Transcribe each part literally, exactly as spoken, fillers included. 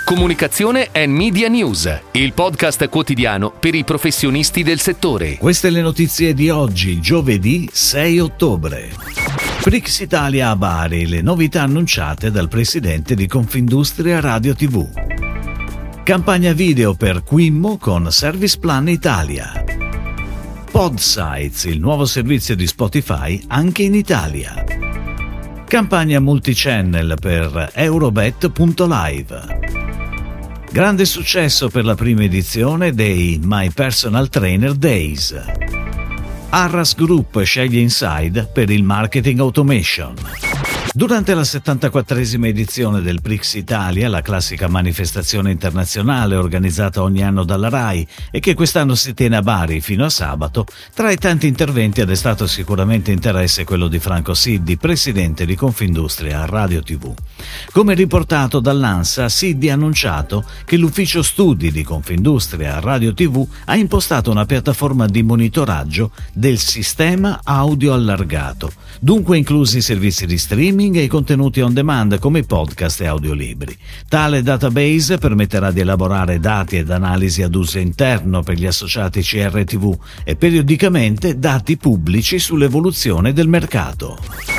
Comunicazione and Media News, il podcast quotidiano per i professionisti del settore. Queste le notizie di oggi, giovedì sei ottobre. Prix Italia a Bari, le novità annunciate dal presidente di Confindustria Radio tivù. Campagna video per Quimmo con Service Plan Italia. Podsites, il nuovo servizio di Spotify anche in Italia. Campagna multichannel per Eurobet punto live. Grande successo per la prima edizione dei My Personal Trainer Days. Arras Group sceglie Inside per il marketing automation. Durante la settantaquattresima edizione del Prix Italia, la classica manifestazione internazionale organizzata ogni anno dalla RAI e che quest'anno si tiene a Bari fino a sabato, tra i tanti interventi ha destato sicuramente interesse quello di Franco Siddi, presidente di Confindustria Radio tivù. Come riportato dall'ANSA, Siddi ha annunciato che l'ufficio studi di Confindustria Radio tivù ha impostato una piattaforma di monitoraggio del sistema audio allargato, dunque inclusi servizi di streaming e i contenuti on demand come podcast e audiolibri. Tale database permetterà di elaborare dati ed analisi ad uso interno per gli associati C R tivù e periodicamente dati pubblici sull'evoluzione del mercato.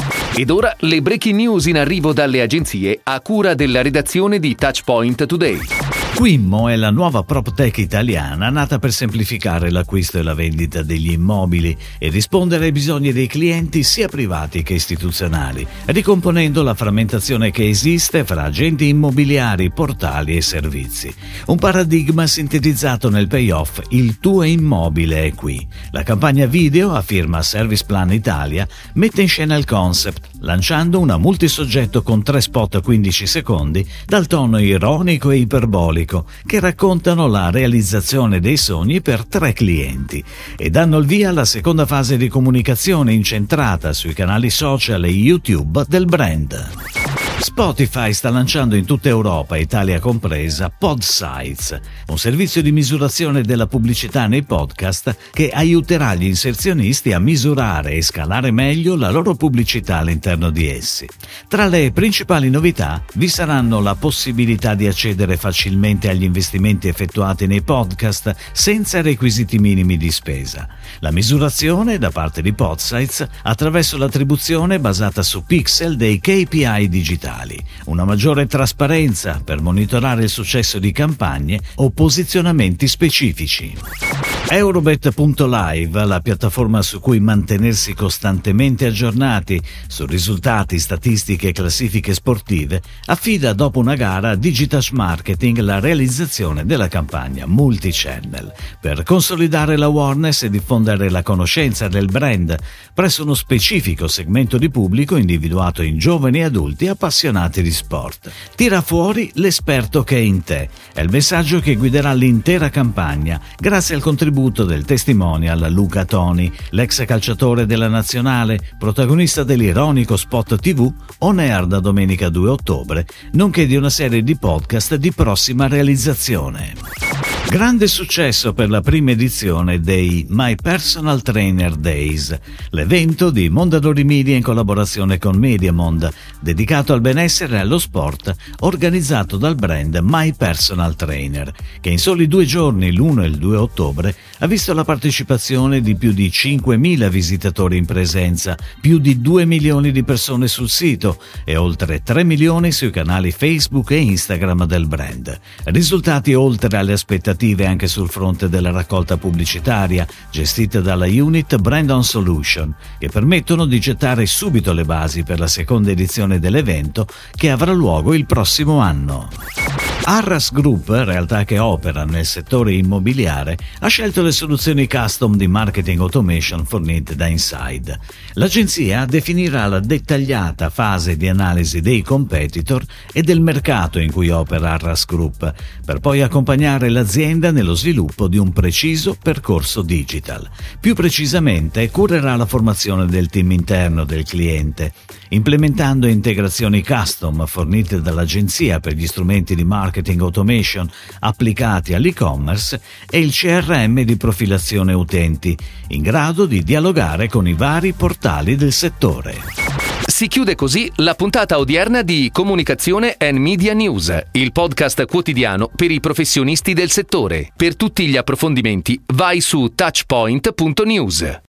Ed ora le breaking news in arrivo dalle agenzie a cura della redazione di Touchpoint Today. Quimmo è la nuova PropTech italiana nata per semplificare l'acquisto e la vendita degli immobili e rispondere ai bisogni dei clienti sia privati che istituzionali, ricomponendo la frammentazione che esiste fra agenti immobiliari, portali e servizi. Un paradigma sintetizzato nel payoff "Il tuo immobile è qui". La campagna video, a firma Service Plan Italia, mette in scena il concept, lanciando una multisoggetto con tre spot a quindici secondi dal tono ironico e iperbolico che raccontano la realizzazione dei sogni per tre clienti e danno il via alla seconda fase di comunicazione incentrata sui canali social e YouTube del brand. Spotify sta lanciando in tutta Europa, Italia compresa, Podsites, un servizio di misurazione della pubblicità nei podcast che aiuterà gli inserzionisti a misurare e scalare meglio la loro pubblicità all'interno di essi. Tra le principali novità vi saranno la possibilità di accedere facilmente agli investimenti effettuati nei podcast senza requisiti minimi di spesa, la misurazione da parte di Podsites attraverso l'attribuzione basata su pixel dei K P I digitali, una maggiore trasparenza per monitorare il successo di campagne o posizionamenti specifici. Eurobet punto live, la piattaforma su cui mantenersi costantemente aggiornati su risultati, statistiche e classifiche sportive, affida dopo una gara a Digitash Marketing la realizzazione della campagna multichannel per consolidare l'awareness e diffondere la conoscenza del brand presso uno specifico segmento di pubblico individuato in giovani e adulti appassionati di sport. Tira fuori l'esperto che è in te, è il messaggio che guiderà l'intera campagna grazie al contributo del testimonial Luca Toni, l'ex calciatore della nazionale, protagonista dell'ironico spot tivù On Air da domenica due ottobre, nonché di una serie di podcast di prossima realizzazione. Grande successo per la prima edizione dei My Personal Trainer Days, l'evento di Mondadori Media in collaborazione con Mediamond, dedicato al benessere e allo sport, organizzato dal brand My Personal Trainer, che in soli due giorni, l'uno e il due ottobre, ha visto la partecipazione di più di cinquemila visitatori in presenza, più di due milioni di persone sul sito e oltre tre milioni sui canali Facebook e Instagram del brand. Risultati oltre alle aspettative anche sul fronte della raccolta pubblicitaria, gestita dalla unit Brand On Solution, che permettono di gettare subito le basi per la seconda edizione dell'evento che avrà luogo il prossimo anno. Arras Group, realtà che opera nel settore immobiliare, ha scelto le soluzioni custom di marketing automation fornite da Inside. L'agenzia definirà la dettagliata fase di analisi dei competitor e del mercato in cui opera Arras Group, per poi accompagnare l'azienda nello sviluppo di un preciso percorso digital. Più precisamente, curerà la formazione del team interno del cliente, implementando integrazioni custom fornite dall'agenzia per gli strumenti di marketing automation applicati all'e-commerce e il C R M di profilazione utenti, in grado di dialogare con i vari portali del settore. Si chiude così la puntata odierna di Comunicazione and Media News, il podcast quotidiano per i professionisti del settore. Per tutti gli approfondimenti vai su touchpoint punto news.